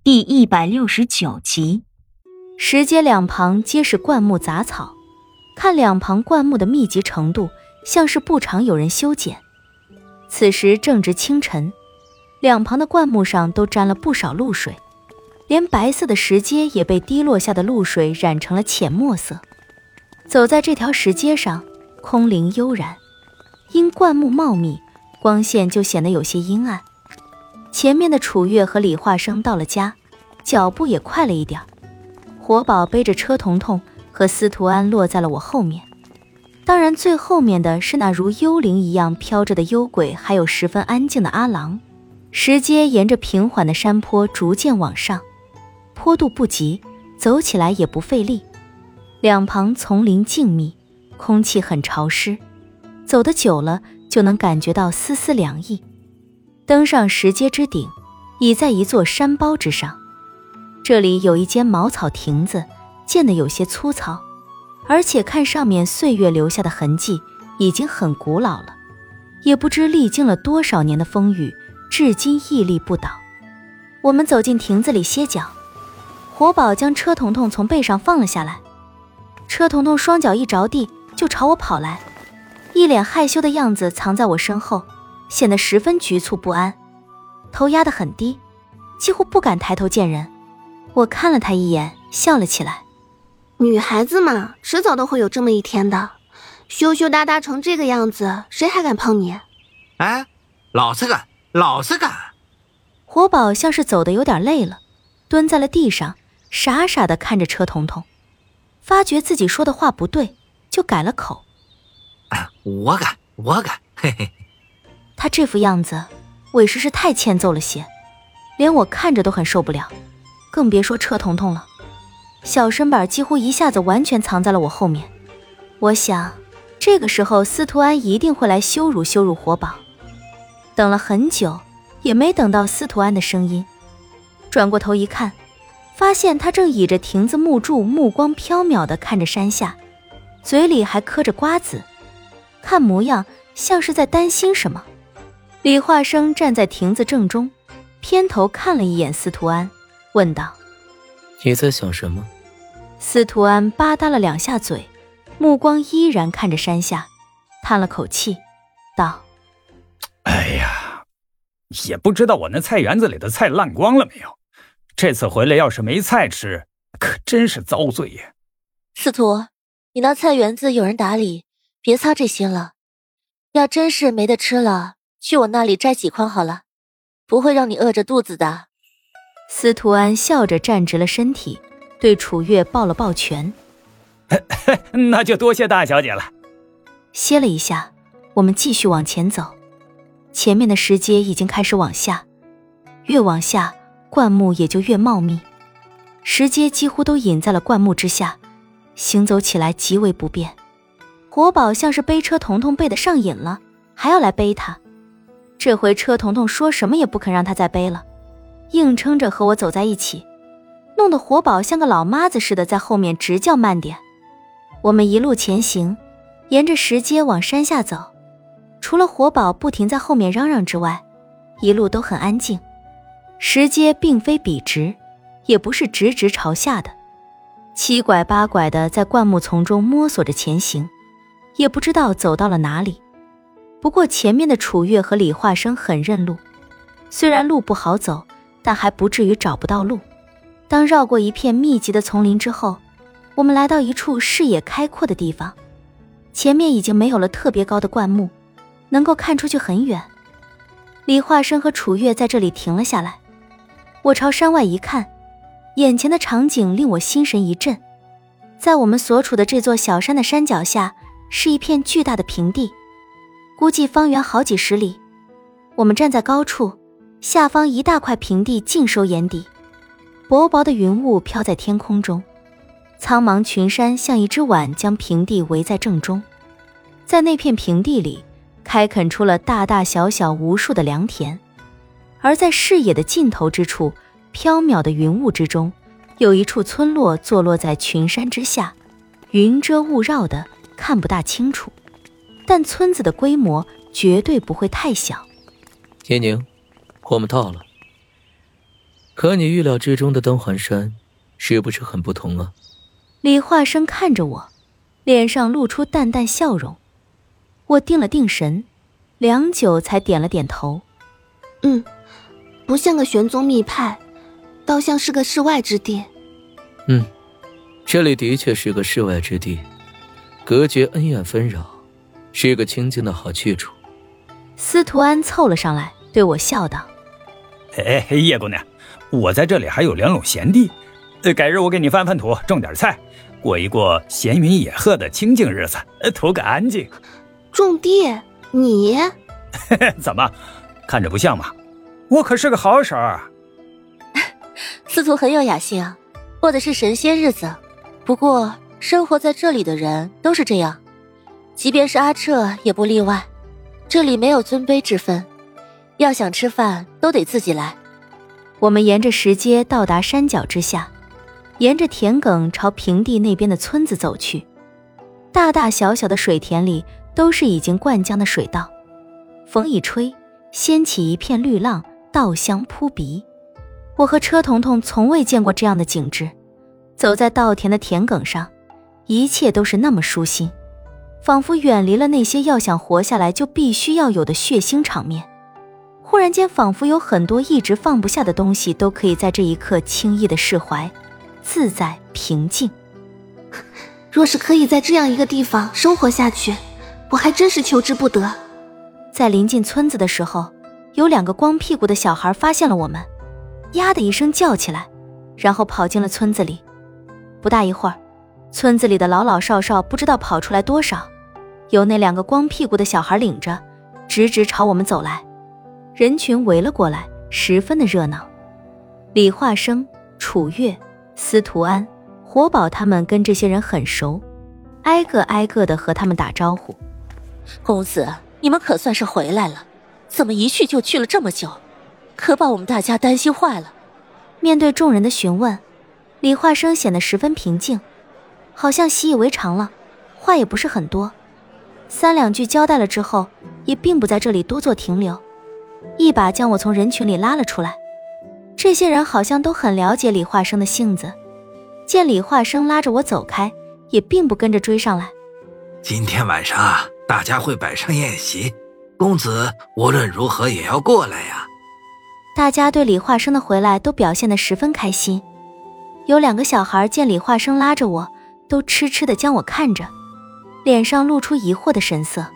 第169集。 石阶两旁皆是灌木杂草，看两旁灌木的密集程度，像是不常有人修剪。此时正值清晨，两旁的灌木上都沾了不少露水，连白色的石阶也被滴落下的露水染成了浅墨色。走在这条石阶上，空灵悠然，因灌木茂密，光线就显得有些阴暗。前面的楚月和李化生到了家，脚步也快了一点。活宝背着车童童和司徒安落在了我后面，当然最后面的是那如幽灵一样飘着的幽鬼，还有十分安静的阿郎。石阶沿着平缓的山坡逐渐往上，坡度不急，走起来也不费力。两旁丛林静谧，空气很潮湿，走得久了就能感觉到丝丝凉意。登上石阶之顶，已在一座山包之上。这里有一间茅草亭子，建得有些粗糙，而且看上面岁月留下的痕迹已经很古老了，也不知历经了多少年的风雨，至今屹立不倒。我们走进亭子里歇脚，活宝将车童童从背上放了下来。车童童双脚一着地就朝我跑来，一脸害羞的样子藏在我身后，显得十分局促不安，头压得很低，几乎不敢抬头见人。我看了他一眼，笑了起来。 女孩子嘛，迟早都会有这么一天的，羞羞答答成这个样子，谁还敢碰你？ 哎，老实干，老实干。 活宝像是走得有点累了，蹲在了地上，傻傻地看着车童童，发觉自己说的话不对，就改了口。 我敢，嘿嘿。 他这副样子，委实是太欠揍了些，连我看着都很受不了，更别说车童童了。小身板几乎一下子完全藏在了我后面。我想，这个时候司徒安一定会来羞辱活宝。等了很久，也没等到司徒安的声音。转过头一看，发现他正倚着亭子木柱，目光飘渺地看着山下，嘴里还嗑着瓜子，看模样像是在担心什么。李化生站在亭子正中，偏头看了一眼司徒安，问道： 你在想什么？ 司徒安吧嗒了两下嘴，目光依然看着山下，叹了口气，道： 哎呀，也不知道我那菜园子里的菜烂光了没有，这次回来要是没菜吃，可真是遭罪呀。 司徒，你那菜园子有人打理，别操这心了。要真是没得吃了，去我那里摘几筐好了，不会让你饿着肚子的。 司徒安笑着站直了身体，对楚月抱了抱拳。 那就多谢大小姐了。 歇了一下，我们继续往前走。前面的石阶已经开始往下，越往下灌木也就越茂密，石阶几乎都隐在了灌木之下，行走起来极为不便。活宝像是背车童童背得上瘾了，还要来背他。这回车童童说什么也不肯让他再背了，硬撑着和我走在一起，弄得活宝像个老妈子似的在后面直叫慢点。我们一路前行，沿着石阶往山下走，除了活宝不停在后面嚷嚷之外，一路都很安静。石阶并非笔直，也不是直直朝下的，七拐八拐的在灌木丛中摸索着前行，也不知道走到了哪里。不过前面的楚月和李化生很认路，虽然路不好走，但还不至于找不到路。当绕过一片密集的丛林之后，我们来到一处视野开阔的地方，前面已经没有了特别高的灌木，能够看出去很远。李化生和楚月在这里停了下来，我朝山外一看，眼前的场景令我心神一震。在我们所处的这座小山的山脚下，是一片巨大的平地，估计方圆好几十里。我们站在高处，下方一大块平地尽收眼底，薄薄的云雾飘在天空中，苍茫群山像一只碗将平地围在正中。在那片平地里，开垦出了大大小小无数的良田，而在视野的尽头之处，缥缈的云雾之中，有一处村落坐落在群山之下，云遮雾绕的，看不大清楚，但村子的规模绝对不会太小。 叶宁，我们到了。 和你预料之中的登环山是不是很不同啊？ 李化生看着我，脸上露出淡淡笑容。我定了定神，良久才点了点头。 不像个玄宗密派，倒像是个世外之地。 这里的确是个世外之地，隔绝恩怨纷扰，是个清静的好去处。 司徒安凑了上来，对我笑道： 叶姑娘，我在这里还有2垄闲地，改日我给你翻翻土，种点菜，过一过闲云野鹤的清静日子，图个安静。 种地？你？ 怎么，看着不像吗？我可是个好婶儿。 司徒很有雅兴啊，过的是神仙日子。不过生活在这里的人都是这样，即便是阿彻也不例外。这里没有尊卑之分，要想吃饭都得自己来。 我们沿着石阶到达山脚之下，沿着田埂朝平地那边的村子走去。大大小小的水田里都是已经灌浆的水稻，风一吹，掀起一片绿浪，稻香扑鼻。我和车彤彤从未见过这样的景致，走在稻田的田埂上，一切都是那么舒心，仿佛远离了那些要想活下来就必须要有的血腥场面。忽然间，仿佛有很多一直放不下的东西都可以在这一刻轻易的释怀，自在平静。 若是可以在这样一个地方生活下去，我还真是求之不得。 在临近村子的时候，有2个光屁股的小孩发现了我们，呀的一声叫起来，然后跑进了村子里。不大一会儿，村子里的老老少少不知道跑出来多少，由那2个光屁股的小孩领着，直直朝我们走来。人群围了过来，十分的热闹。李化生、楚月、司徒安、活宝他们跟这些人很熟，挨个挨个的和他们打招呼。 公子，你们可算是回来了，怎么一去就去了这么久，可把我们大家担心坏了。 面对众人的询问，李化生显得十分平静，好像习以为常了，话也不是很多，3两句交代了之后，也并不在这里多做停留，一把将我从人群里拉了出来。这些人好像都很了解李化生的性子，见李化生拉着我走开，也并不跟着追上来。 今天晚上啊，大家会摆上宴席，公子无论如何也要过来呀。 大家对李化生的回来都表现得十分开心。有2个小孩见李化生拉着我，都痴痴地将我看着，脸上露出疑惑的神色。